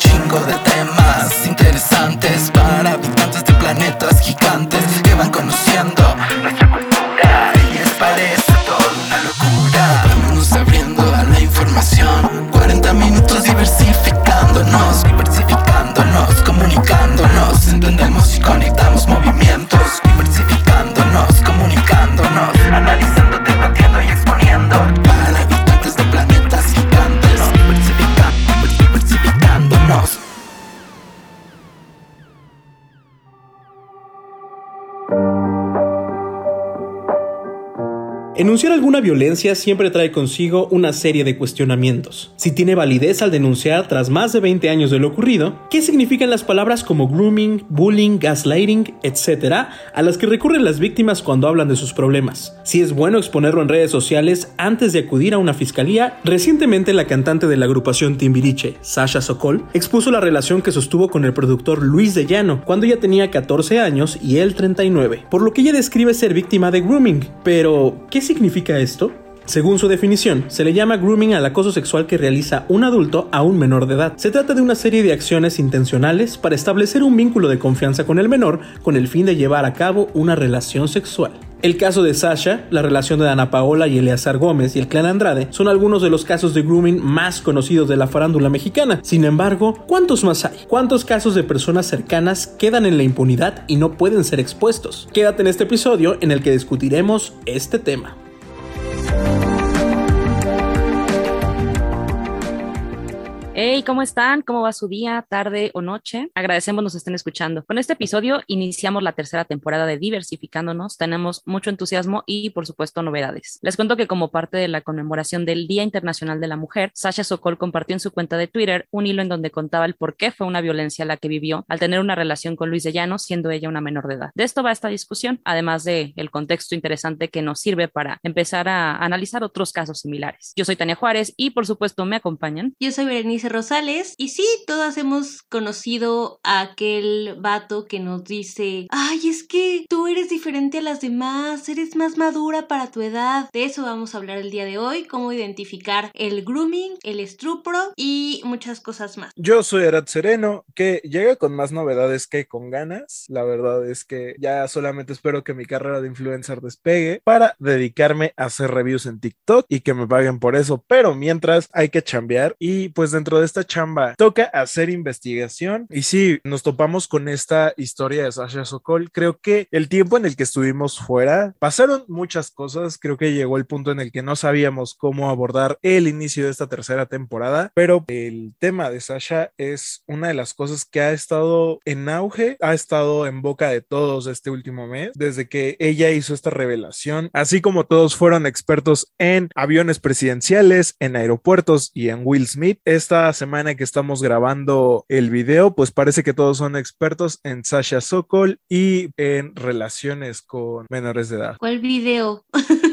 chingo de temas interesantes para habitantes de planetas gigantes que van conociendo nuestra cultura y les parece todo una locura. Vámonos abriendo a la información, 40 minutos diversificándonos, comunicándonos, entendemos y conectamos movimientos, diversificándonos, comunicándonos, analizando, debatiendo y exponiendo para habitantes de planetas gigantes, diversificándonos. Enunciar alguna violencia siempre trae consigo una serie de cuestionamientos. Si tiene validez al denunciar tras más de 20 años de lo ocurrido, ¿qué significan las palabras como grooming, bullying, gaslighting, etcétera, a las que recurren las víctimas cuando hablan de sus problemas? Si es bueno exponerlo en redes sociales antes de acudir a una fiscalía. Recientemente la cantante de la agrupación Timbiriche, Sasha Sokol, expuso la relación que sostuvo con el productor Luis de Llano cuando ella tenía 14 años y él 39, por lo que ella describe ser víctima de grooming. Pero, ¿qué significa esto? Según su definición, se le llama grooming al acoso sexual que realiza un adulto a un menor de edad. Se trata de una serie de acciones intencionales para establecer un vínculo de confianza con el menor con el fin de llevar a cabo una relación sexual. El caso de Sasha, la relación de Ana Paola y Eleazar Gómez y el clan Andrade son algunos de los casos de grooming más conocidos de la farándula mexicana. Sin embargo, ¿cuántos más hay? ¿Cuántos casos de personas cercanas quedan en la impunidad y no pueden ser expuestos? Quédate en este episodio en el que discutiremos este tema. Hey, ¿cómo están? ¿Cómo va su día, tarde o noche? Agradecemos nos estén escuchando. Con este episodio iniciamos la tercera temporada de Diversificándonos. Tenemos mucho entusiasmo y, por supuesto, novedades. Les cuento que como parte de la conmemoración del Día Internacional de la Mujer, Sasha Sokol compartió en su cuenta de Twitter un hilo en donde contaba el por qué fue una violencia la que vivió al tener una relación con Luis de Llano, siendo ella una menor de edad. De esto va esta discusión, además de el contexto interesante que nos sirve para empezar a analizar otros casos similares. Yo soy Tania Juárez y, por supuesto, me acompañan. Yo soy Berenice Rosales y sí, todas hemos conocido a aquel vato que nos dice: ay, es que tú eres diferente a las demás, eres más madura para tu edad. De eso vamos a hablar el día de hoy, cómo identificar el grooming, el estupro y muchas cosas más. Yo soy Arad Sereno, que llega con más novedades que con ganas. La verdad es que ya solamente espero que mi carrera de influencer despegue para dedicarme a hacer reviews en TikTok y que me paguen por eso, pero mientras hay que chambear y pues dentro de esta chamba toca hacer investigación. Y sí, nos topamos con esta historia de Sasha Sokol. Creo que el tiempo en el que estuvimos fuera pasaron muchas cosas. Creo que llegó el punto en el que no sabíamos cómo abordar el inicio de esta tercera temporada, pero el tema de Sasha es una de las cosas que ha estado en auge, ha estado en boca de todos este último mes, desde que ella hizo esta revelación. Así como todos fueron expertos en aviones presidenciales, en aeropuertos y en Will Smith, esta semana que estamos grabando el video, pues parece que todos son expertos en Sasha Sokol y en relaciones con menores de edad. ¿Cuál video?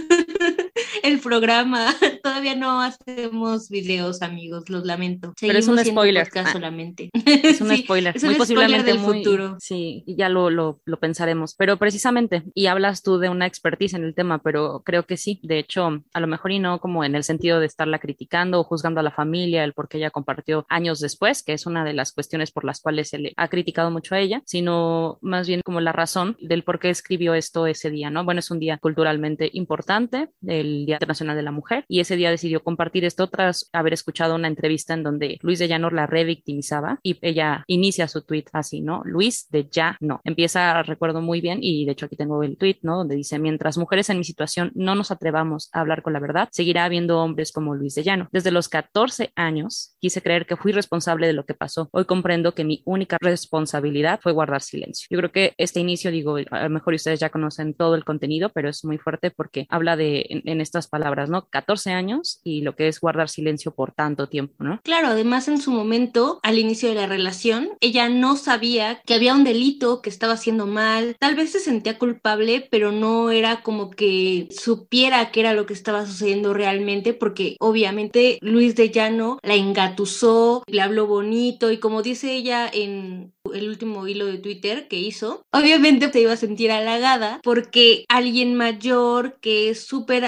El programa. Todavía no hacemos videos, amigos, los lamento. Pero es un spoiler. Solamente. Es un sí, spoiler. Es muy un posiblemente spoiler del futuro. Sí, ya lo pensaremos. Pero precisamente, y hablas tú de una expertise en el tema, pero creo que sí. De hecho, a lo mejor y no como en el sentido de estarla criticando o juzgando a la familia, el por qué ella compartió años después, que es una de las cuestiones por las cuales se le ha criticado mucho a ella, sino más bien como la razón del por qué escribió esto ese día, ¿no? Bueno, es un día culturalmente importante, el Día Internacional de la Mujer, y ese día decidió compartir esto tras haber escuchado una entrevista en donde Luis de Llano la revictimizaba y ella inicia su tweet así, ¿no? Luis de Llano. Empieza, recuerdo muy bien, y de hecho aquí tengo el tweet, ¿no? Donde dice: mientras mujeres en mi situación no nos atrevamos a hablar con la verdad, seguirá habiendo hombres como Luis de Llano. Desde los 14 años quise creer que fui responsable de lo que pasó. Hoy comprendo que mi única responsabilidad fue guardar silencio. Yo creo que este inicio, digo, a lo mejor ustedes ya conocen todo el contenido, pero es muy fuerte porque habla de, en estas palabras, ¿no? 14 años y lo que es guardar silencio por tanto tiempo, ¿no? Claro, además en su momento, al inicio de la relación, ella no sabía que había un delito, que estaba haciendo mal. Tal vez se sentía culpable, pero no era como que supiera qué era lo que estaba sucediendo realmente, porque obviamente Luis de Llano la engatusó, le habló bonito y como dice ella en el último hilo de Twitter que hizo, obviamente se iba a sentir halagada porque alguien mayor que es súper alabado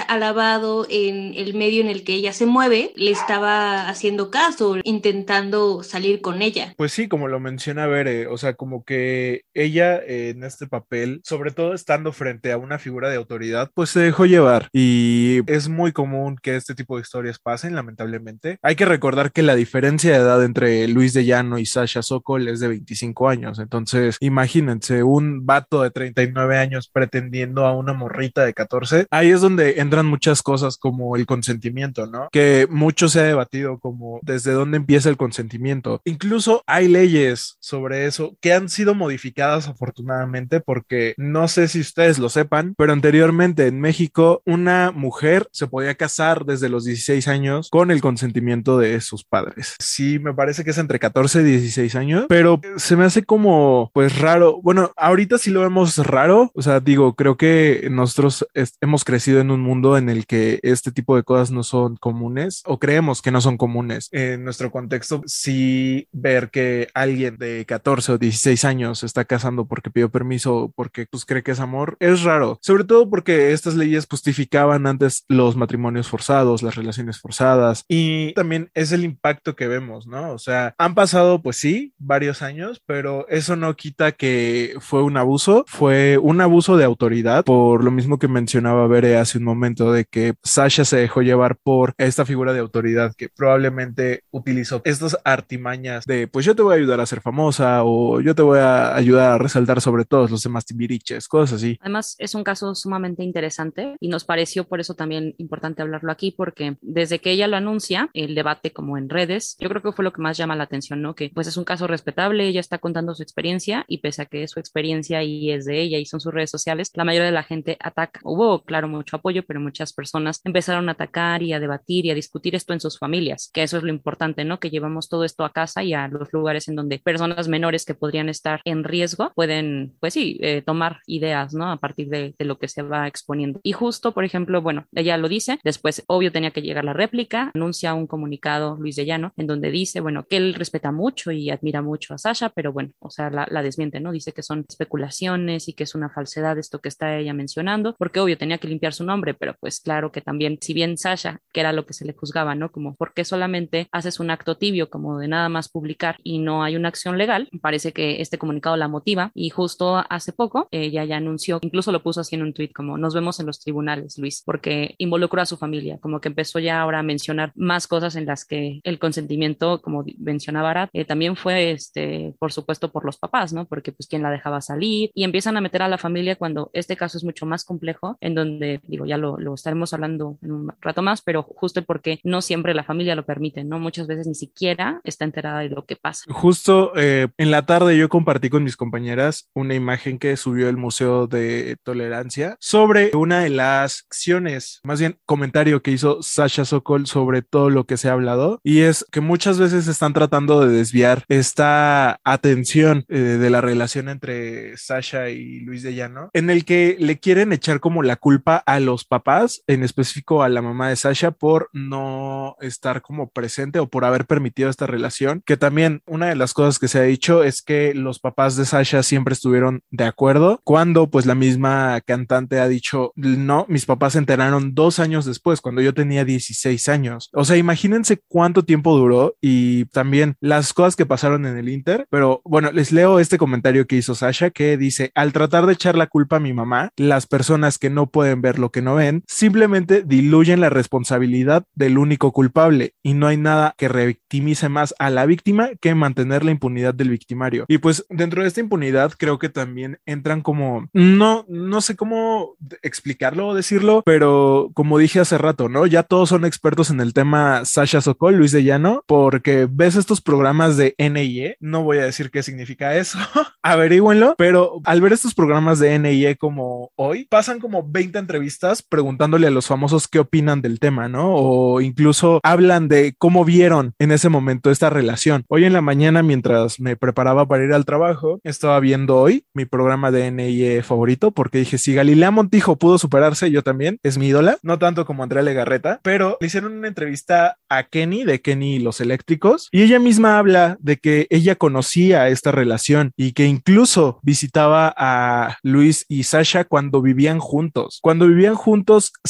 observado en el medio en el que ella se mueve, le estaba haciendo caso, intentando salir con ella. Pues sí, como lo menciona Bere, o sea, como que ella en este papel, sobre todo estando frente a una figura de autoridad, pues se dejó llevar y es muy común que este tipo de historias pasen, lamentablemente. Hay que recordar que la diferencia de edad entre Luis de Llano y Sasha Sokol es de 25 años, entonces imagínense un vato de 39 años pretendiendo a una morrita de 14. Ahí es donde entran muchas cosas como el consentimiento, ¿no? Que mucho se ha debatido como desde dónde empieza el consentimiento. Incluso hay leyes sobre eso que han sido modificadas afortunadamente, porque no sé si ustedes lo sepan, pero anteriormente en México una mujer se podía casar desde los 16 años con el consentimiento de sus padres. Sí, me parece que es entre 14 y 16 años, pero se me hace como pues raro. Bueno, ahorita sí lo vemos raro, o sea, digo, creo que nosotros hemos crecido en un mundo en el que este tipo de cosas no son comunes o creemos que no son comunes. En nuestro contexto, sí ver que alguien de 14 o 16 años se está casando porque pidió permiso, porque pues cree que es amor, es raro, sobre todo porque estas leyes justificaban antes los matrimonios forzados, las relaciones forzadas, y también es el impacto que vemos, ¿no? O sea, han pasado pues sí, varios años, pero eso no quita que fue un abuso de autoridad, por lo mismo que mencionaba Bere hace un momento, de que Sasha se dejó llevar por esta figura de autoridad que probablemente utilizó estas artimañas de pues yo te voy a ayudar a ser famosa o yo te voy a ayudar a resaltar sobre todos los demás timbiriches, cosas así. Además, es un caso sumamente interesante y nos pareció por eso también importante hablarlo aquí, porque desde que ella lo anuncia, el debate como en redes, yo creo que fue lo que más llama la atención, ¿no? Que pues es un caso respetable, ella está contando su experiencia y pese a que es su experiencia y es de ella y son sus redes sociales, la mayoría de la gente ataca. Hubo, claro, mucho apoyo, pero muchas personas empezaron a atacar y a debatir y a discutir esto en sus familias, que eso es lo importante, ¿no? Que llevamos todo esto a casa y a los lugares en donde personas menores que podrían estar en riesgo pueden, pues sí, tomar ideas, ¿no? A partir de lo que se va exponiendo. Y justo, por ejemplo, bueno, ella lo dice, después, obvio, tenía que llegar la réplica, anuncia un comunicado Luis de Llano, en donde dice, bueno, que él respeta mucho y admira mucho a Sasha, pero bueno, o sea, la desmiente, ¿no? Dice que son especulaciones y que es una falsedad esto que está ella mencionando, porque obvio tenía que limpiar su nombre, pero pues claro que también, si bien Sasha, que era lo que se le juzgaba, ¿no? Como, ¿por qué solamente haces un acto tibio como de nada más publicar y no hay una acción legal? Parece que este comunicado la motiva y justo hace poco ella ya anunció, incluso lo puso así en un tweet como nos vemos en los tribunales, Luis, porque involucró a su familia, como que empezó ya ahora a mencionar más cosas en las que el consentimiento, como mencionaba Arad, también fue, por supuesto, por los papás, ¿no? Porque pues quién la dejaba salir y empiezan a meter a la familia cuando este caso es mucho más complejo, en donde, digo, ya lo estaremos hablando en un rato más, pero justo porque no siempre la familia lo permite, ¿no? Muchas veces ni siquiera está enterada de lo que pasa. Justo en la tarde yo compartí con mis compañeras una imagen que subió el Museo de Tolerancia sobre una de las acciones, más bien comentario que hizo Sasha Sokol sobre todo lo que se ha hablado, y es que muchas veces están tratando de desviar esta atención de la relación entre Sasha y Luis de Llano, en el que le quieren echar como la culpa a los papás, en específico a la mamá de Sasha, por no estar como presente o por haber permitido esta relación, que también una de las cosas que se ha dicho es que los papás de Sasha siempre estuvieron de acuerdo, cuando pues la misma cantante ha dicho, no, mis papás se enteraron 2 años después, cuando yo tenía 16 años. O sea, imagínense cuánto tiempo duró y también las cosas que pasaron en el Inter, pero bueno, les leo este comentario que hizo Sasha, que dice, al tratar de echar la culpa a mi mamá, las personas que no pueden ver lo que no ven, simplemente diluyen la responsabilidad del único culpable y no hay nada que revictimice más a la víctima que mantener la impunidad del victimario. Y pues dentro de esta impunidad creo que también entran como, no sé cómo explicarlo o decirlo, pero como dije hace rato, ¿no? Ya todos son expertos en el tema Sasha Sokol, Luis de Llano, porque ves estos programas de NIE, no voy a decir qué significa eso, averígüenlo, pero al ver estos programas de NIE como hoy, pasan como 20 entrevistas preguntándole a los famosos qué opinan del tema, ¿no? O incluso hablan de cómo vieron en ese momento esta relación. Hoy en la mañana, mientras me preparaba para ir al trabajo, estaba viendo hoy mi programa de NIE favorito, porque dije, si Galilea Montijo pudo superarse, yo también, es mi ídola, no tanto como Andrea Legarreta, pero le hicieron una entrevista a Kenny, de Kenny y los Eléctricos, y ella misma habla de que ella conocía esta relación y que incluso visitaba a Luis y Sasha cuando vivían juntos. Cuando vivían juntos,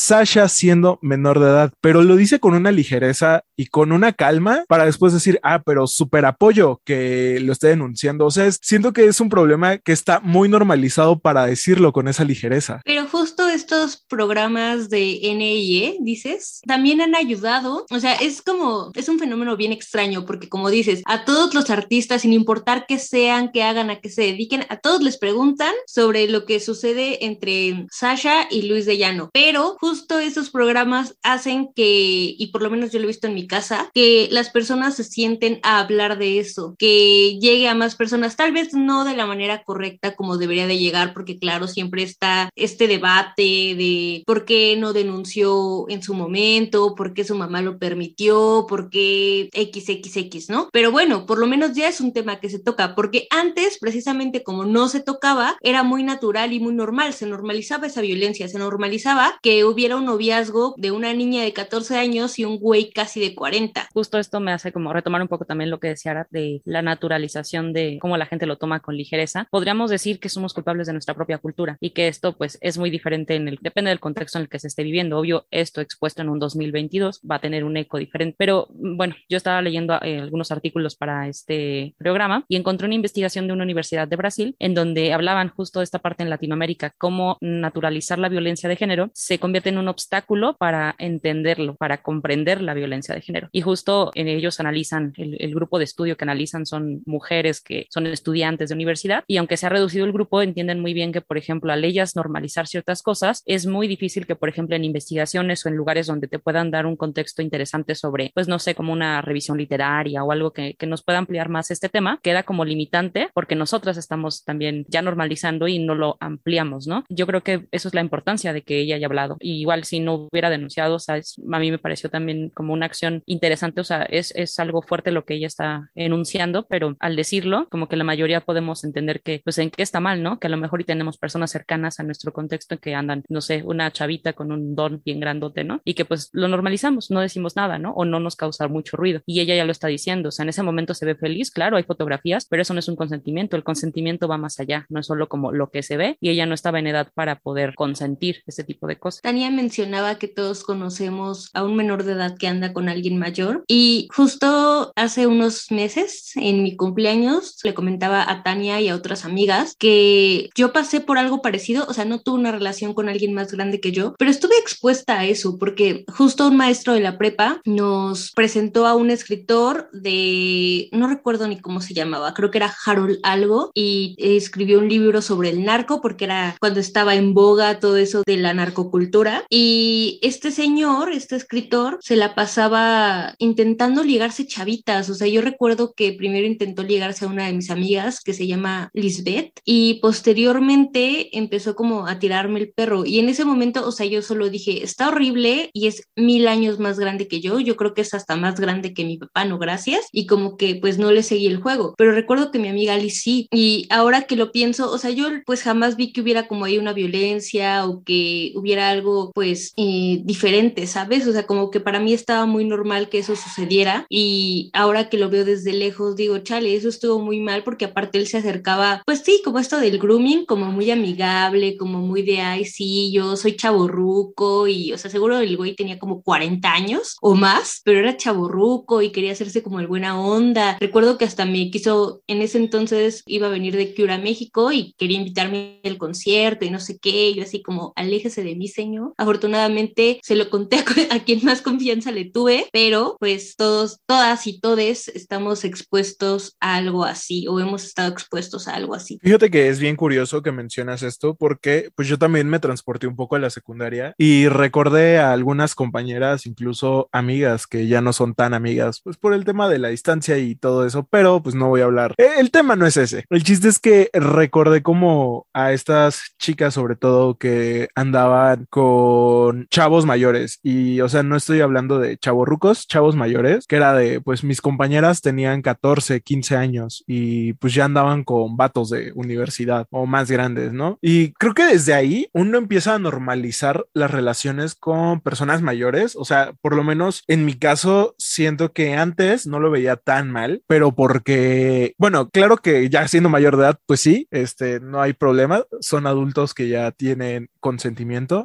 Sasha siendo menor de edad, pero lo dice con una ligereza y con una calma para después decir, pero súper apoyo que lo esté denunciando. O sea, siento que es un problema que está muy normalizado para decirlo con esa ligereza. Pero justo estos programas de NIE, dices, también han ayudado. O sea, es un fenómeno bien extraño porque, como dices, a todos los artistas, sin importar qué sean, qué hagan, a qué se dediquen, a todos les preguntan sobre lo que sucede entre Sasha y Luis de Llano. Pero justo esos programas hacen que, y por lo menos yo lo he visto en mi casa, que las personas se sienten a hablar de eso, que llegue a más personas, tal vez no de la manera correcta como debería de llegar, porque claro, siempre está este debate de por qué no denunció en su momento, por qué su mamá lo permitió, por qué XXX, ¿no? Pero bueno, por lo menos ya es un tema que se toca, porque antes, precisamente como no se tocaba, era muy natural y muy normal, se normalizaba esa violencia, se normalizaba que hubiera un noviazgo de una niña de 14 años y un güey casi de 40. Justo esto me hace como retomar un poco también lo que decía Ara de la naturalización de cómo la gente lo toma con ligereza. Podríamos decir que somos culpables de nuestra propia cultura y que esto pues es muy diferente depende del contexto en el que se esté viviendo. Obvio, esto expuesto en un 2022 va a tener un eco diferente, pero bueno, yo estaba leyendo algunos artículos para este programa y encontré una investigación de una universidad de Brasil en donde hablaban justo de esta parte en Latinoamérica, cómo naturalizar la violencia de género se convierte en un obstáculo para entenderlo, para comprender la violencia de género. Y justo en ellos analizan, el grupo de estudio que analizan son mujeres que son estudiantes de universidad y aunque se ha reducido el grupo, entienden muy bien que, por ejemplo, al ellas normalizar ciertas cosas, es muy difícil que, por ejemplo, en investigaciones o en lugares donde te puedan dar un contexto interesante sobre, pues no sé, como una revisión literaria o algo que nos pueda ampliar más este tema, queda como limitante porque nosotras estamos también ya normalizando y no lo ampliamos, ¿no? Yo creo que eso es la importancia de que ella haya hablado. Y igual si no hubiera denunciado, o sea, a mí me pareció también como una acción interesante, o sea, es algo fuerte lo que ella está enunciando, pero al decirlo, como que la mayoría podemos entender que, pues, en qué está mal, ¿no? Que a lo mejor y tenemos personas cercanas a nuestro contexto que andan, no sé, una chavita con un don bien grandote, ¿no? Y que pues lo normalizamos, no decimos nada, ¿no? O no nos causa mucho ruido. Y ella ya lo está diciendo, o sea, en ese momento se ve feliz, claro, hay fotografías, pero eso no es un consentimiento, el consentimiento va más allá, no es solo como lo que se ve y ella no estaba en edad para poder consentir ese tipo de cosas. Tania mencionaba que todos conocemos a un menor de edad que anda con alguien mayor y justo hace unos meses, en mi cumpleaños, le comentaba a Tania y a otras amigas que yo pasé por algo parecido, o sea, no tuve una relación con alguien más grande que yo, pero estuve expuesta a eso porque justo un maestro de la prepa nos presentó a un escritor de, no recuerdo ni cómo se llamaba, creo que era Harold algo, y escribió un libro sobre el narco porque era cuando estaba en boga todo eso de la narcocultura, y este señor, este escritor, se la pasaba intentando ligarse chavitas. O sea, yo recuerdo que primero intentó ligarse a una de mis amigas que se llama Lisbeth y posteriormente empezó como a tirarme el perro, y en ese momento, o sea, yo solo dije, está horrible y es 1000 años más grande que yo creo que es hasta más grande que mi papá, no gracias, y como que pues no le seguí el juego, pero recuerdo que mi amiga Liz sí, y ahora que lo pienso, o sea, yo pues jamás vi que hubiera como ahí una violencia o que hubiera algo pues diferente, ¿sabes? O sea, como que para mí estaba muy normal que eso sucediera, y ahora que lo veo desde lejos digo, chale, eso estuvo muy mal, porque aparte él se acercaba, pues sí, como esto del grooming, como muy amigable, como muy de, ay, sí, yo soy chavorruco, y, o sea, seguro el güey tenía como 40 años o más, pero era chavorruco y quería hacerse como el buena onda. Recuerdo que hasta me quiso, en ese entonces iba a venir de Cure a México y quería invitarme al concierto y no sé qué, y yo así como, aléjese de mí, señor. Afortunadamente se lo conté a quien más confianza le tuve, pero pues todos, todas y todes estamos expuestos a algo así, o hemos estado expuestos a algo así. Fíjate que es bien curioso que mencionas esto porque pues yo también me transporté un poco a la secundaria y recordé a algunas compañeras, incluso amigas que ya no son tan amigas, pues por el tema de la distancia y todo eso, pero pues no voy a hablar. El tema no es ese. El chiste es que recordé como a estas chicas, sobre todo, que andaban con chavos mayores, y o sea, no estoy hablando de chavorrucos, chavos mayores, que era de, pues mis compañeras tenían 14, 15 años y pues ya andaban con vatos de universidad o más grandes, ¿no? Y creo que desde ahí uno empieza a normalizar las relaciones con personas mayores. O sea, por lo menos en mi caso siento que antes no lo veía tan mal, pero porque, bueno, claro que ya siendo mayor de edad, pues sí, no hay problema, son adultos que ya tienen consentimiento y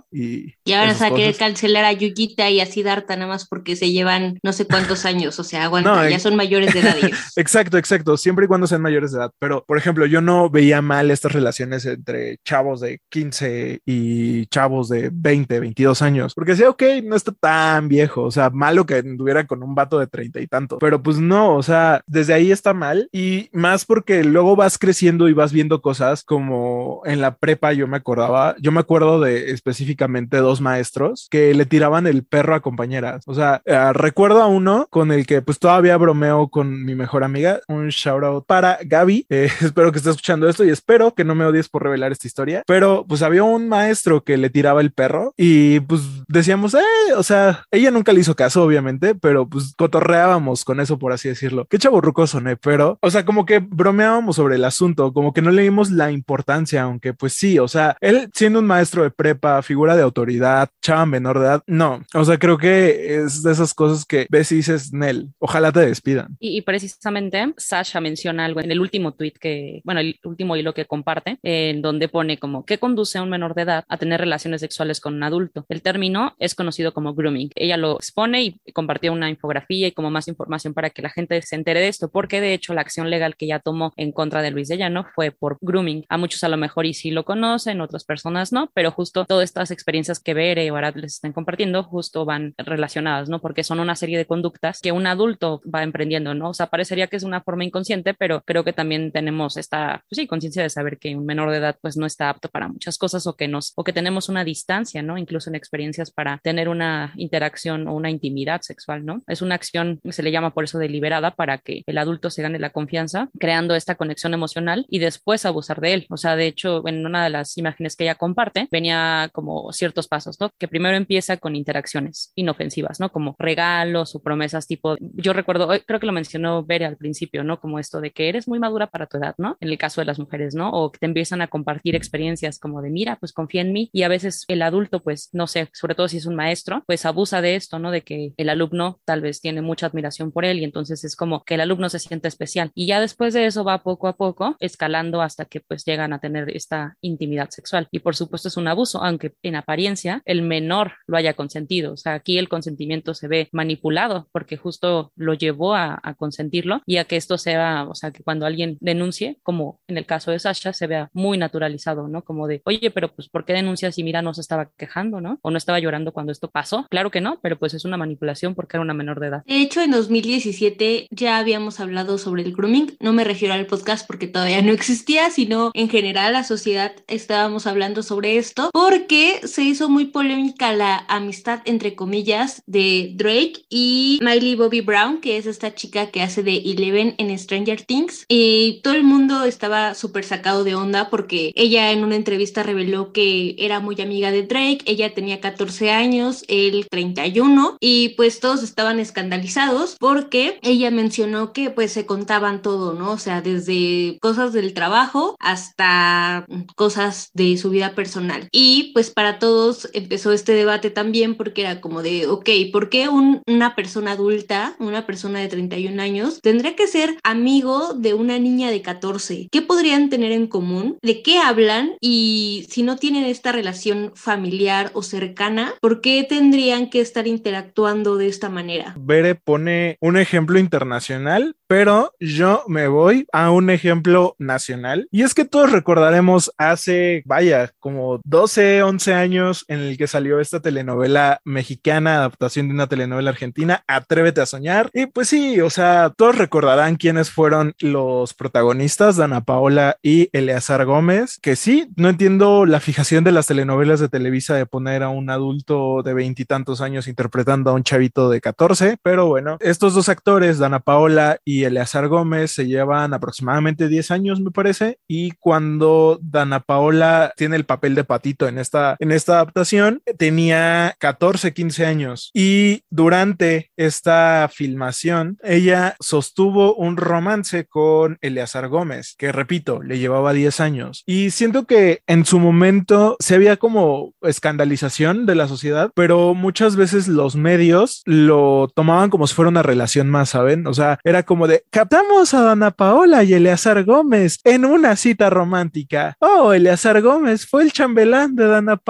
Y ahora esas vas a querer cosas. cancelar a Yuyita y a Siddhartha nada más porque se llevan no sé cuántos años, o sea, aguanta, No, ya son mayores de edad ellos. exacto, siempre y cuando sean mayores de edad. Pero, por ejemplo, yo no veía mal estas relaciones entre chavos de 15 y chavos de 20, 22 años, porque decía, ok, no está tan viejo, o sea, malo que anduviera con un vato de 30 y tanto, pero pues no, o sea, desde ahí está mal y más porque luego vas creciendo y vas viendo cosas como en la prepa yo me acuerdo de específicamente dos maestros que le tiraban el perro a compañeras, o sea, recuerdo a uno con el que pues todavía bromeo con mi mejor amiga, un shout out para Gaby, espero que esté escuchando esto y espero que no me odies por revelar esta historia, pero pues había un maestro que le tiraba el perro y pues decíamos, o sea, ella nunca le hizo caso obviamente, pero pues cotorreábamos con eso por así decirlo, qué chavorruco soné, pero o sea, como que bromeábamos sobre el asunto, como que no le dimos la importancia, aunque pues sí, o sea, él siendo un maestro de prepa, figura de autoridad, chava menor de edad, no, o sea, creo que es de esas cosas que ves y dices, Nel, ojalá te despidan. Y precisamente Sasha menciona algo en el último tweet bueno, el último hilo que comparte, en donde pone como, ¿qué conduce a un menor de edad a tener relaciones sexuales con un adulto? El término es conocido como grooming. Ella lo expone y compartió una infografía y como más información para que la gente se entere de esto, porque de hecho la acción legal que ella tomó en contra de Luis de Llano fue por grooming. A muchos a lo mejor y sí lo conocen, otras personas no, pero justo todas estas experiencias que Bere o Arad les están compartiendo justo van relacionadas, ¿no? Porque son una serie de conductas que un adulto va emprendiendo, ¿no? O sea, parecería que es una forma inconsciente, pero creo que también tenemos esta, pues sí, conciencia de saber que un menor de edad pues no está apto para muchas cosas o que tenemos una distancia, ¿no? Incluso en experiencias para tener una interacción o una intimidad sexual, ¿no? Es una acción, se le llama por eso deliberada, para que el adulto se gane la confianza, creando esta conexión emocional y después abusar de él. O sea, de hecho, en una de las imágenes que ella comparte, venía como ciertos pasos, ¿no? Que primero empieza con interacciones inofensivas, ¿no? Como regalos o promesas tipo, yo recuerdo, creo que lo mencionó Bere al principio, ¿no? Como esto de que eres muy madura para tu edad, ¿no? En el caso de las mujeres, ¿no? O que te empiezan a compartir experiencias como de, mira, pues confía en mí, y a veces el adulto, pues, no sé, sobre todo si es un maestro, pues abusa de esto, ¿no? De que el alumno tal vez tiene mucha admiración por él y entonces es como que el alumno se siente especial. Y ya después de eso va poco a poco escalando hasta que pues llegan a tener esta intimidad sexual. Y por supuesto es un abuso, aunque en apariencia el menor lo haya consentido. O sea, aquí el consentimiento se ve manipulado porque justo lo llevó a consentirlo y a que esto sea, o sea, que cuando alguien denuncie, como en el caso de Sasha, se vea muy naturalizado, ¿no? Como de, oye, pero pues ¿por qué denuncias si mira no se estaba quejando, ¿no? O no estaba llorando cuando esto pasó? Claro que no, pero pues es una manipulación porque era una menor de edad. De hecho, en 2017 ya habíamos hablado sobre el grooming. No me refiero al podcast porque todavía no existía, sino en general la sociedad estábamos hablando sobre esto porque se hizo muy polémica la amistad, entre comillas, de Drake y Miley Bobby Brown, que es esta chica que hace de Eleven en Stranger Things. Y todo el mundo estaba súper sacado de onda porque ella en una entrevista reveló que era muy amiga de Drake. Ella tenía 14 años, él 31, y pues todos estaban escandalizados porque ella mencionó que pues se contaban todo, ¿no? O sea, desde cosas del trabajo hasta cosas de su vida personal. Y pues para todos empezó este debate también porque era como de, ok, ¿por qué una persona adulta, una persona de 31 años, tendría que ser amigo de una niña de 14? ¿Qué podrían tener en común? ¿De qué hablan? Y si no tienen esta relación familiar o cercana, ¿por qué tendrían que estar interactuando de esta manera? Bere pone un ejemplo internacional, pero yo me voy a un ejemplo nacional. Y es que todos recordaremos hace, vaya, como 12, 11 años en el que salió esta telenovela mexicana, adaptación de una telenovela argentina, Atrévete a soñar. Y pues sí, o sea, todos recordarán quiénes fueron los protagonistas, Dana Paola y Eleazar Gómez, que sí, no entiendo la fijación de las telenovelas de Televisa de poner a un adulto de 20 y tantos años interpretando a un chavito de 14, pero bueno, estos dos actores, Dana Paola y Eleazar Gómez, se llevan aproximadamente 10 años, me parece, y cuando Dana Paola tiene el papel de Patito en esta adaptación, tenía 14, 15 años, y durante esta filmación, ella sostuvo un romance con Eleazar Gómez, que repito, le llevaba 10 años, y siento que en su momento se había como escandalización de la sociedad, pero muchas veces los medios lo tomaban como si fuera una relación más, ¿saben? O sea, era como de, captamos a Dana Paola y Eleazar Gómez en una cita romántica. Oh, Eleazar Gómez fue el chambelán de Dana Paola.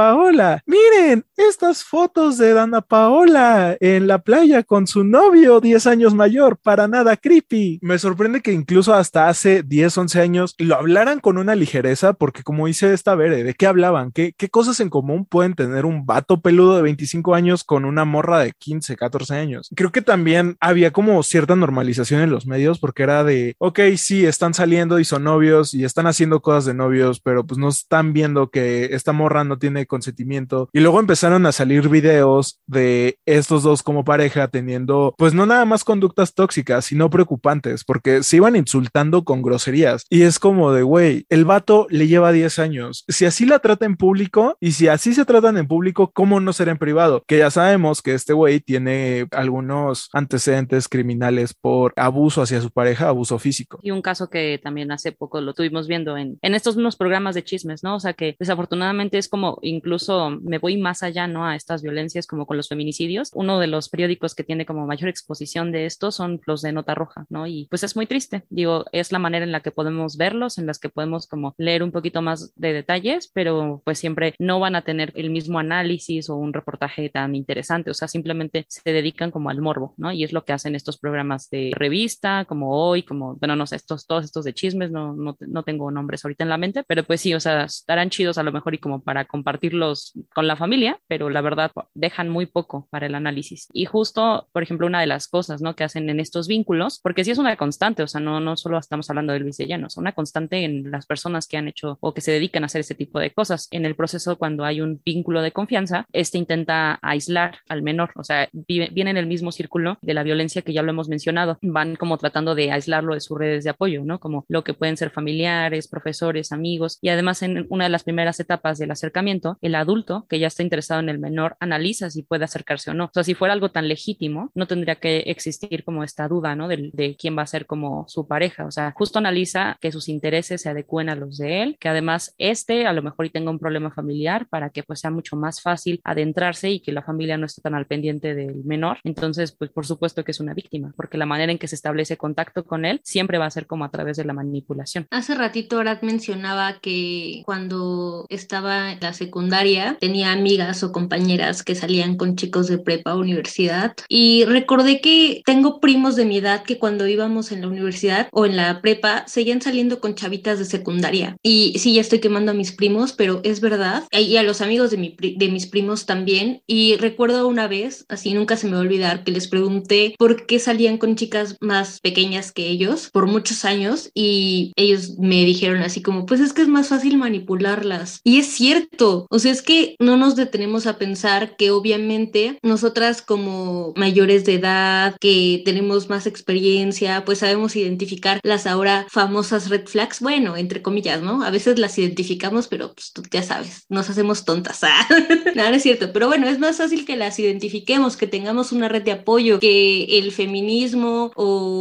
Paola, miren estas fotos de Dana Paola en la playa con su novio 10 años mayor, para nada creepy. Me sorprende que incluso hasta hace 10, 11 años lo hablaran con una ligereza, porque como dice esta Bere, ¿de qué hablaban? ¿Qué cosas en común pueden tener un vato peludo de 25 años con una morra de 15, 14 años? Creo que también había como cierta normalización en los medios, porque era de, ok, sí, están saliendo y son novios y están haciendo cosas de novios, pero pues no están viendo que esta morra no tiene consentimiento. Y luego empezaron a salir videos de estos dos como pareja teniendo, pues no nada más conductas tóxicas, sino preocupantes, porque se iban insultando con groserías. Y es como de, güey, el vato le lleva 10 años. Si así la trata en público y si así se tratan en público, ¿cómo no será en privado? Que ya sabemos que este güey tiene algunos antecedentes criminales por abuso hacia su pareja, abuso físico. Y un caso que también hace poco lo tuvimos viendo en estos mismos programas de chismes, ¿no? O sea que desafortunadamente es como, incluso me voy más allá, ¿no? A estas violencias como con los feminicidios. Uno de los periódicos que tiene como mayor exposición de esto son los de Nota Roja, ¿no? Y pues es muy triste, digo, es la manera en la que podemos verlos, en las que podemos como leer un poquito más de detalles, pero pues siempre no van a tener el mismo análisis o un reportaje tan interesante, o sea, simplemente se dedican como al morbo, ¿no? Y es lo que hacen estos programas de revista, como Hoy, como, bueno, no sé, todos estos de chismes, no tengo nombres ahorita en la mente, pero pues sí, o sea, estarán chidos a lo mejor y como para compartirlos con la familia, pero la verdad dejan muy poco para el análisis. Y justo, por ejemplo, una de las cosas, ¿no? Que hacen en estos vínculos, porque sí es una constante, o sea, no solo estamos hablando de Luis de Llano, es una constante en las personas que han hecho o que se dedican a hacer ese tipo de cosas. En el proceso, cuando hay un vínculo de confianza, intenta aislar al menor, o sea, viene en el mismo círculo de la violencia que ya lo hemos mencionado, van como tratando de aislarlo de sus redes de apoyo, ¿no? Como lo que pueden ser familiares, profesores, amigos, y además en una de las primeras etapas del acercamiento, el adulto que ya está interesado en el menor analiza si puede acercarse o no. O sea, si fuera algo tan legítimo, no tendría que existir como esta duda, ¿no? De quién va a ser como su pareja, o sea, justo analiza que sus intereses se adecúen a los de él, que además a lo mejor y tenga un problema familiar para que pues sea mucho más fácil adentrarse y que la familia no esté tan al pendiente del menor. Entonces, pues por supuesto que es una víctima, porque la manera en que se establece contacto con él siempre va a ser como a través de la manipulación. Hace ratito Arad mencionaba que cuando estaba en la secundaria tenía amigas o compañeras que salían con chicos de prepa o universidad, y recordé que tengo primos de mi edad que cuando íbamos en la universidad o en la prepa seguían saliendo con chavitas de secundaria. Y sí, ya estoy quemando a mis primos, pero es verdad, y a los amigos de mis primos también. Y recuerdo una vez, así nunca se me va a olvidar, que les pregunté por qué salían con chicas más pequeñas que ellos por muchos años, y ellos me dijeron así como, pues es que es más fácil manipularlas. Y es cierto, o sea, es que no nos detenemos a pensar que obviamente nosotras como mayores de edad, que tenemos más experiencia, pues sabemos identificar las ahora famosas red flags, bueno, entre comillas, ¿no? A veces las identificamos, pero pues tú ya sabes, nos hacemos tontas. No, no es cierto, pero bueno, es más fácil que las identifiquemos, que tengamos una red de apoyo, que el feminismo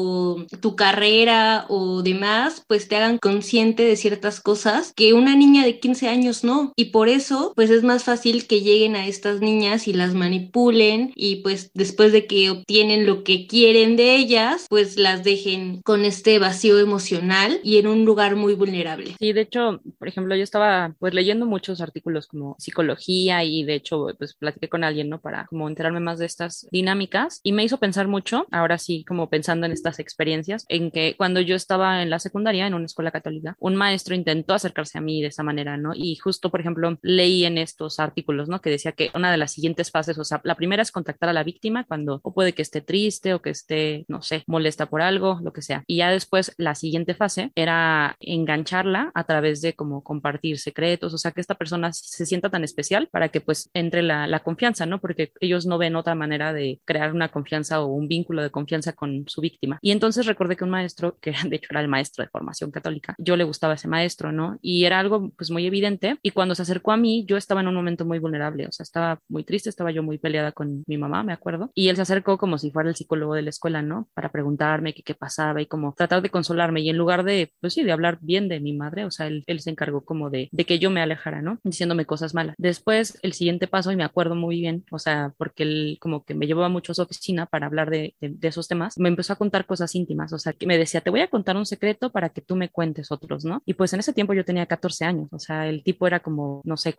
o tu carrera o demás, pues te hagan consciente de ciertas cosas que una niña de 15 años no. Y por eso, pues es más fácil que lleguen a estas niñas y las manipulen, y pues después de que obtienen lo que quieren de ellas, pues las dejen con este vacío emocional y en un lugar muy vulnerable. Sí, de hecho, por ejemplo, yo estaba pues leyendo muchos artículos como psicología, y de hecho pues platiqué con alguien, ¿no? Para como enterarme más de estas dinámicas, y me hizo pensar mucho, ahora sí como pensando en estas experiencias, en que cuando yo estaba en la secundaria en una escuela católica, un maestro intentó acercarse a mí de esa manera, ¿no? Y justo, por ejemplo, leí en estos artículos, ¿no? Que decía que una de las siguientes fases, o sea, la primera es contactar a la víctima cuando o puede que esté triste o que esté, no sé, molesta por algo, lo que sea. Y ya después la siguiente fase era engancharla a través de como compartir secretos, o sea, que esta persona se sienta tan especial para que pues entre la confianza, ¿no? Porque ellos no ven otra manera de crear una confianza o un vínculo de confianza con su víctima. Y entonces recordé que un maestro, que de hecho era el maestro de formación católica, yo le gustaba ese maestro, ¿no? Y era algo pues muy evidente, y cuando se acercó a mí, yo estaba en un momento muy vulnerable, o sea, estaba muy triste, estaba yo muy peleada con mi mamá, me acuerdo, y él se acercó como si fuera el psicólogo de la escuela, ¿no? Para preguntarme qué pasaba y como tratar de consolarme, y en lugar de, pues sí, de hablar bien de mi madre, o sea, él se encargó como de que yo me alejara, ¿no? Diciéndome cosas malas. Después, el siguiente paso, y me acuerdo muy bien, o sea, porque él como que me llevaba mucho a su oficina para hablar de esos temas, me empezó a contar cosas íntimas, o sea, que me decía, te voy a contar un secreto para que tú me cuentes otros, ¿no? Y pues en ese tiempo yo tenía 14 años, o sea, el tipo era como, no sé, 40,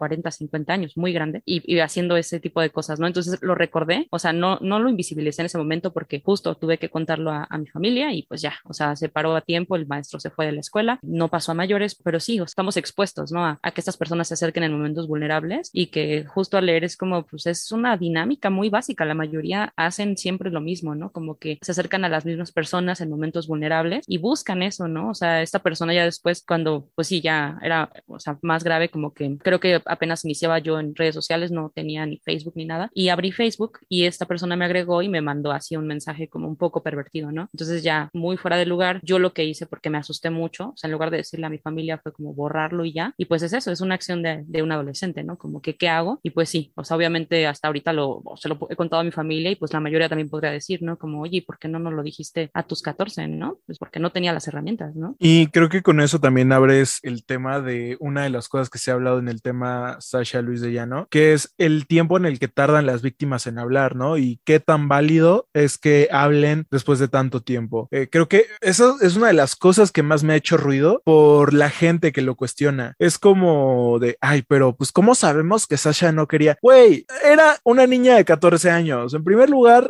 50 años, muy grande, y haciendo ese tipo de cosas, ¿no? Entonces lo recordé, o sea, no lo invisibilicé en ese momento porque justo tuve que contarlo a mi familia y pues ya, o sea, se paró a tiempo, el maestro se fue de la escuela, no pasó a mayores, pero sí, estamos expuestos, ¿no? A que estas personas se acerquen en momentos vulnerables y que justo al leer es como, pues es una dinámica muy básica, la mayoría hacen siempre lo mismo, ¿no? Como que se acercan a las mismas personas en momentos vulnerables y buscan eso, ¿no? O sea, esta persona ya después, cuando, pues sí, ya era, o sea, más grave, como que creo que apenas iniciaba yo en redes sociales, no tenía ni Facebook ni nada, y abrí Facebook y esta persona me agregó y me mandó así un mensaje como un poco pervertido, ¿no? Entonces ya muy fuera de lugar, yo lo que hice porque me asusté mucho, o sea, en lugar de decirle a mi familia fue como borrarlo y ya, y pues es eso, es una acción de un adolescente, ¿no? Como que, ¿qué hago? Y pues sí, o sea, obviamente hasta ahorita se lo he contado a mi familia y pues la mayoría también podría decir, ¿no? Como, oye, ¿por qué no nos lo dijiste a tus 14, ¿no? Pues porque no tenía las herramientas, ¿no? Y creo que con eso también abres el tema de una de las cosas que se ha hablado en el tema Sasha Luis de Llano, que es el tiempo en el que tardan las víctimas en hablar, ¿no? Y qué tan válido es que hablen después de tanto tiempo. Creo que eso es una de las cosas que más me ha hecho ruido por la gente que lo cuestiona. Es como de, ay, pero pues ¿cómo sabemos que Sasha no quería? Güey, era una niña de 14 años. En primer lugar,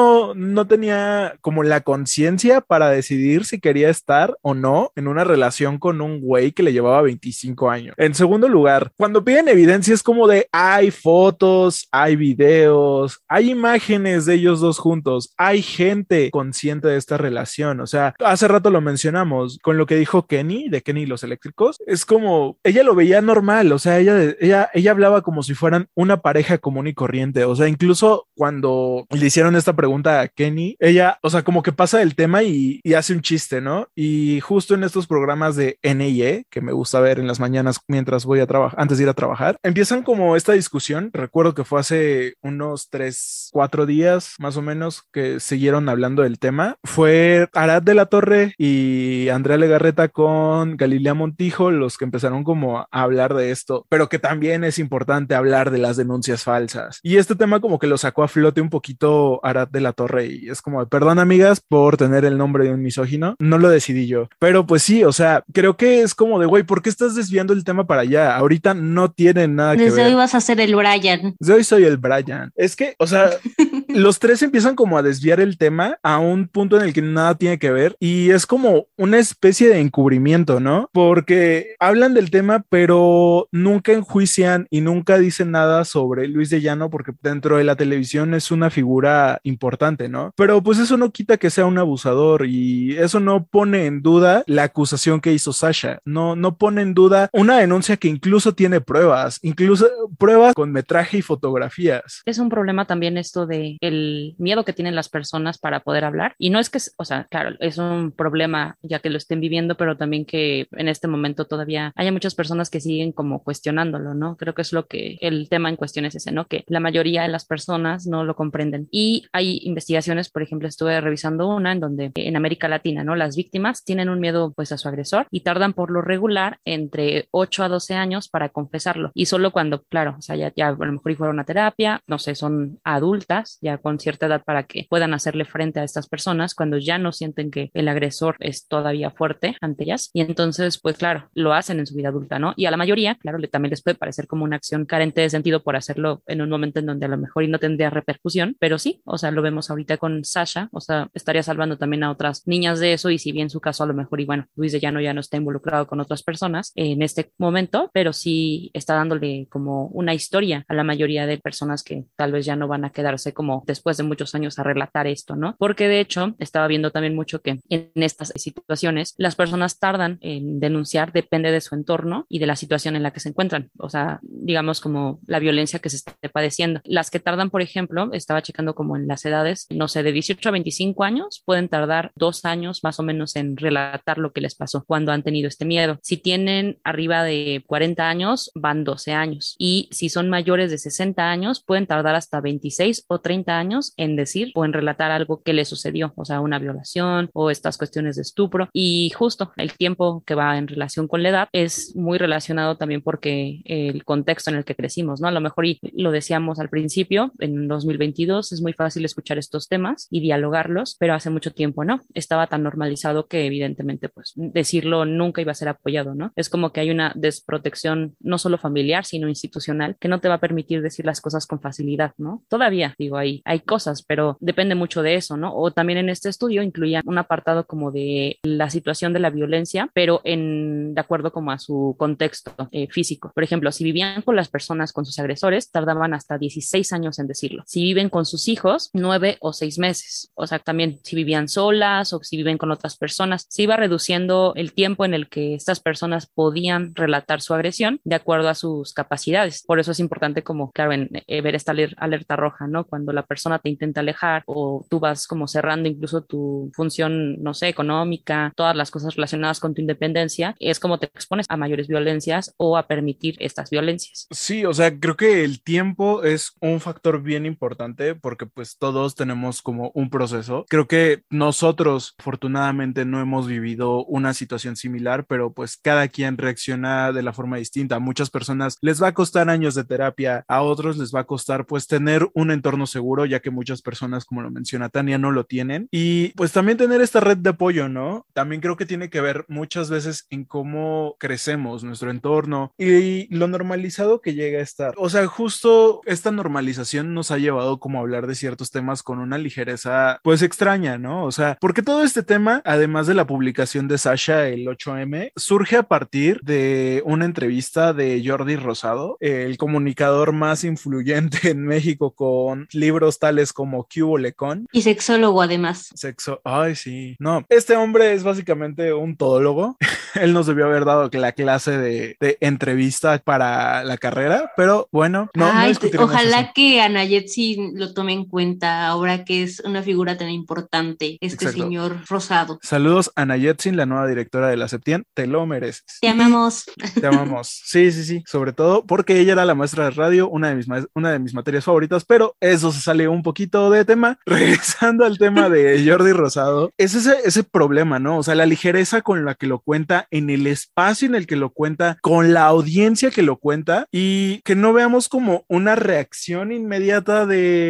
no tenía como la conciencia para decidir si quería estar o no en una relación con un güey que le llevaba 25 años. En segundo lugar, cuando piden evidencia es como de, hay fotos, hay videos, hay imágenes de ellos dos juntos, hay gente consciente de esta relación. O sea, hace rato lo mencionamos con lo que dijo Kenny, de Kenny y los Eléctricos. Es como, ella lo veía normal, o sea, ella hablaba como si fueran una pareja común y corriente. O sea, incluso cuando le hicieron esta pregunta a Kenny, ella, o sea, como que pasa el tema y hace un chiste, ¿no? Y justo en estos programas de NIE, que me gusta ver en las mañanas mientras voy a trabajar, antes de ir a trabajar, empiezan como esta discusión. Recuerdo que fue hace unos 3, 4 días más o menos que siguieron hablando del tema. Fue Arad de la Torre y Andrea Legarreta con Galilea Montijo los que empezaron como a hablar de esto, pero que también es importante hablar de las denuncias falsas. Y este tema como que lo sacó a flote un poquito Arad de la Torre y es como, perdón amigas por tener el nombre de un misógino, no lo decidí yo. Pero pues sí, o sea, creo que es como de, güey, ¿por qué estás desviando el tema para allá? Ahorita no tiene nada que ver. Desde hoy vas a ser el Brian. Desde hoy soy el Brian. Es que, o sea, los tres empiezan como a desviar el tema a un punto en el que nada tiene que ver y es como una especie de encubrimiento, ¿no? Porque hablan del tema, pero nunca enjuician y nunca dicen nada sobre Luis de Llano porque dentro de la televisión es una figura importante, ¿no? Pero pues eso no quita que sea un abusador y eso no pone en duda la acusación que hizo Sasha, no pone en duda una denuncia que incluso tiene pruebas, incluso pruebas con metraje y fotografías. Es un problema también esto de el miedo que tienen las personas para poder hablar y no es que, o sea, claro, es un problema ya que lo estén viviendo, pero también que en este momento todavía haya muchas personas que siguen como cuestionándolo, ¿no? Creo que es lo que el tema en cuestión es ese, ¿no? Que la mayoría de las personas no lo comprenden y hay investigaciones, por ejemplo, estuve revisando una en donde en América Latina, ¿no? Las víctimas tienen un miedo pues a su agresor y tardan por lo regular entre 8 a 12 años para confesarlo y solo cuando, claro, o sea, ya a lo mejor fueron a terapia, no sé, son adultas ya con cierta edad para que puedan hacerle frente a estas personas cuando ya no sienten que el agresor es todavía fuerte ante ellas y entonces pues claro, lo hacen en su vida adulta, ¿no? Y a la mayoría, claro, también les puede parecer como una acción carente de sentido por hacerlo en un momento en donde a lo mejor y no tendría repercusión, pero sí, o sea, lo vemos ahorita con Sasha, o sea, estaría salvando también a otras niñas de eso y si bien su caso a lo mejor y bueno, Luis de Llano ya no está involucrado con otras personas en este momento, pero sí está dándole como una historia a la mayoría de personas que tal vez ya no van a quedarse como después de muchos años a relatar esto, ¿no? Porque de hecho estaba viendo también mucho que en estas situaciones las personas tardan en denunciar, depende de su entorno y de la situación en la que se encuentran, o sea, digamos como la violencia que se esté padeciendo. Las que tardan, por ejemplo, estaba checando como en las edades, no sé, de 18 a 25 años, pueden tardar 2 años más o menos en relatar lo que les pasó cuando han tenido este miedo. Si tienen arriba de 40 años, van 12 años. Y si son mayores de 60 años, pueden tardar hasta 26 o 30 30 años en decir o en relatar algo que le sucedió, o sea, una violación o estas cuestiones de estupro. Y justo el tiempo que va en relación con la edad es muy relacionado también porque el contexto en el que crecimos, ¿no? A lo mejor, y lo decíamos al principio, en 2022 es muy fácil escuchar estos temas y dialogarlos, pero hace mucho tiempo no. Estaba tan normalizado que evidentemente pues decirlo nunca iba a ser apoyado, ¿no? Es como que hay una desprotección no solo familiar, sino institucional, que no te va a permitir decir las cosas con facilidad, ¿no? Todavía, digo, hay cosas, pero depende mucho de eso, ¿no? O también en este estudio incluía un apartado como de la situación de la violencia, pero de acuerdo como a su contexto físico. Por ejemplo, si vivían con las personas, con sus agresores, tardaban hasta 16 años en decirlo. Si viven con sus hijos, 9 o 6 meses. O sea, también si vivían solas o si viven con otras personas, se iba reduciendo el tiempo en el que estas personas podían relatar su agresión de acuerdo a sus capacidades. Por eso es importante como, claro, ver esta alerta roja, ¿no? Cuando la persona te intenta alejar o tú vas como cerrando incluso tu función, no sé, económica, todas las cosas relacionadas con tu independencia, es como te expones a mayores violencias o a permitir estas violencias. Sí, o sea, creo que el tiempo es un factor bien importante porque pues todos tenemos como un proceso. Creo que nosotros afortunadamente no hemos vivido una situación similar, pero pues cada quien reacciona de la forma distinta. A muchas personas les va a costar años de terapia, a otros les va a costar pues tener un entorno seguro, ya que muchas personas, como lo menciona Tania, no lo tienen. Y pues también tener esta red de apoyo, ¿no? También creo que tiene que ver muchas veces en cómo crecemos, nuestro entorno y lo normalizado que llega a estar. O sea, justo esta normalización nos ha llevado como a hablar de ciertos temas con una ligereza pues extraña, ¿no? O sea, porque todo este tema, además de la publicación de Sasha el 8M, surge a partir de una entrevista de Jordi Rosado, el comunicador más influyente en México con libros tales como ¿Qué hubo lecón? Y sexólogo además. Ay, sí. No, este hombre es básicamente un todólogo. Él nos debió haber dado la clase de entrevista para la carrera, pero bueno, no discutiremos ojalá eso. que Anayet sí lo tome en cuenta ahora que es una figura tan importante, Exacto. señor Rosado. Saludos a Nayetsin, la nueva directora de la Septien, te lo mereces. Te amamos. Te amamos. Sí, sobre todo porque ella era la maestra de radio, una de mis materias favoritas, pero eso se sale un poquito de tema. Regresando al tema de Jordi Rosado, es ese problema, ¿no? O sea, la ligereza con la que lo cuenta, en el espacio en el que lo cuenta, con la audiencia que lo cuenta, y que no veamos como una reacción inmediata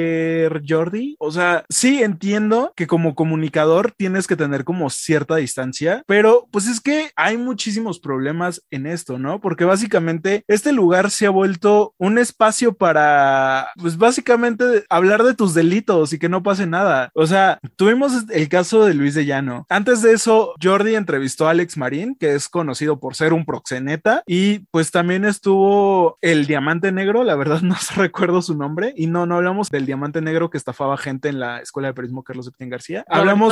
de Jordi. O sea, sí entiendo que como comunicador tienes que tener como cierta distancia, pero pues es que hay muchísimos problemas en esto, ¿no? Porque básicamente este lugar se ha vuelto un espacio para, pues básicamente hablar de tus delitos y que no pase nada. O sea, tuvimos el caso de Luis de Llano. Antes de eso, Jordi entrevistó a Alex Marín, que es conocido por ser un proxeneta, y pues también estuvo el Diamante Negro, la verdad no recuerdo su nombre, y no hablamos del Diamante Negro que estafaba gente en la Escuela de Periodismo Carlos Septién García. Hablamos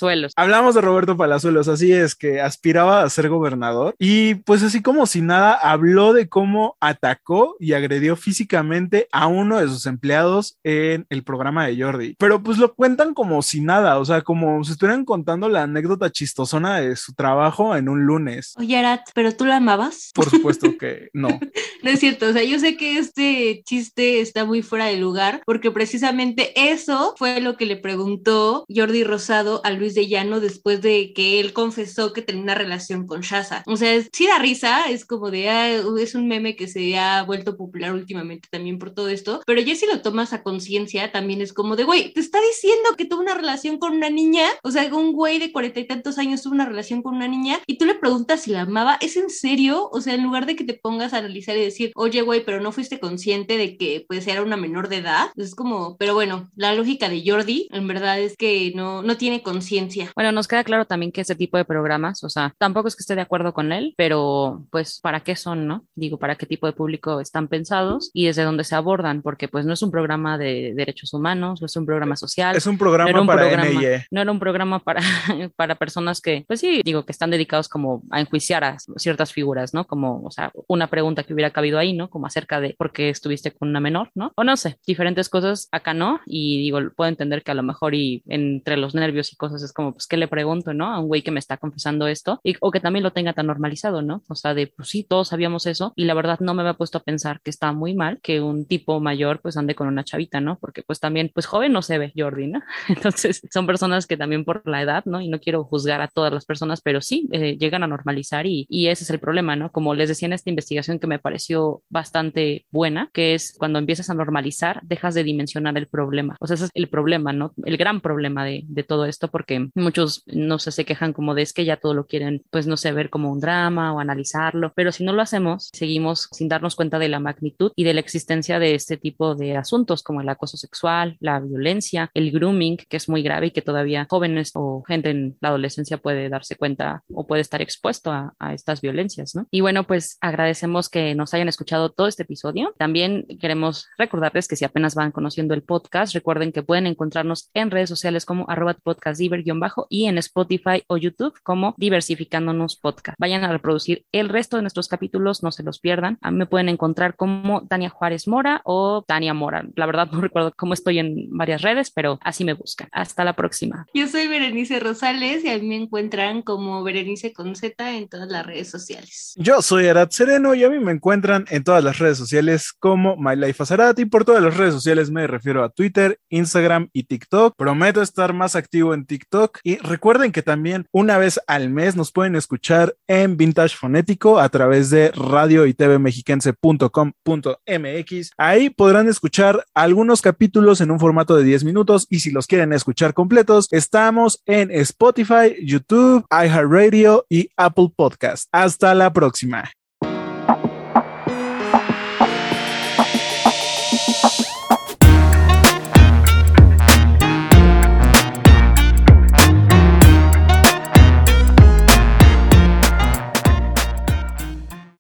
de Roberto Palazuelos, así es, que aspiraba a ser gobernador, y pues así como si nada, habló de cómo atacó y agredió físicamente a uno de sus empleados en el programa de Jordi, pero pues lo cuentan como si nada, o sea, como si estuvieran contando la anécdota chistosona de su trabajo en un lunes. Oye, Arat, ¿pero tú la amabas? Por supuesto que no. No es cierto, o sea, yo sé que este chiste está muy fuera de lugar, porque precisamente eso fue lo que le preguntó Jordi Rosado a Luis de Llano después de que él confesó que tenía una relación con Shaza. O sea, sí da risa, es como de, es un meme que se ha vuelto popular últimamente también por todo esto, pero ya si lo tomas a conciencia, también es como de, güey, te está diciendo que tuvo una relación con una niña, o sea, un güey de 40 y tantos años tuvo una relación con una niña, y tú le preguntas si la amaba, ¿es en serio? O sea, en lugar de que te pongas a analizar y decir, oye, güey, pero no fuiste consciente de que pues era una menor de edad, es como, pero bueno, la lógica de Jordi, en verdad es que no tiene conciencia. Bueno, nos queda claro también que ese tipo de programas, o sea, tampoco es que esté de acuerdo con él, pero pues, ¿para qué son, no? Digo, ¿para qué tipo de público están pensados y desde dónde se abordan? Porque pues no es un programa de derechos humanos, no es un programa social. Es un programa para NIE. No era un programa para personas que, pues sí, digo, que están dedicados como a enjuiciar a ciertas figuras, ¿no? Como, o sea, una pregunta que hubiera cabido ahí, ¿no? Como acerca de por qué estuviste con una menor, ¿no? O no sé, diferentes cosas, acá no, y digo, puedo entender que a lo mejor y entre los nervios y cosas es como, pues, ¿qué le pregunto, no? A un güey que me está confesando esto, o que también lo tenga tan normalizado, ¿no? O sea, de, pues sí, todos sabíamos eso, y la verdad no me había puesto a pensar que está muy mal que un tipo mayor, pues, ande con una chavita, ¿no? porque pues también, pues joven no se ve Jordi, ¿no? Entonces son personas que también por la edad, ¿no? Y no quiero juzgar a todas las personas, pero sí llegan a normalizar y ese es el problema, ¿no? Como les decía en esta investigación que me pareció bastante buena, que es cuando empiezas a normalizar, dejas de dimensionar el problema. O sea, ese es el problema, ¿no? El gran problema de todo esto, porque muchos, no sé, se quejan como de es que ya todo lo quieren, pues no sé, ver como un drama o analizarlo, pero si no lo hacemos, seguimos sin darnos cuenta de la magnitud y de la existencia de este tipo de asuntos como el acoso sexual, la violencia, el grooming, que es muy grave y que todavía jóvenes o gente en la adolescencia puede darse cuenta o puede estar expuesto a estas violencias, ¿no? Y bueno, pues agradecemos que nos hayan escuchado todo este episodio. También queremos recordarles que si apenas van conociendo el podcast, recuerden que pueden encontrarnos en redes sociales como @podcastdiver_ y en Spotify o YouTube como Diversificándonos Podcast. Vayan a reproducir el resto de nuestros capítulos, no se los pierdan. A mí me pueden encontrar como Tania Juárez Mora o Tania Mora. La verdad no recuerdo cómo estoy en varias redes, pero así me buscan. Hasta la próxima. Yo soy Berenice Rosales y a mí me encuentran como Berenice con Z en todas las redes sociales. Yo soy Arad Sereno y a mí me encuentran en todas las redes sociales como My Life as Arad, y por todas las redes sociales me refiero a Twitter, Instagram y TikTok. Prometo estar más activo en TikTok y recuerden que también una vez al mes nos pueden escuchar en Vintage Fonético a través de radio y tvmexiquense.com.mx. Ahí podrán escuchar algunos capítulos en un formato de 10 minutos y si los quieren escuchar completos, estamos en Spotify, YouTube, iHeartRadio y Apple Podcast. Hasta la próxima.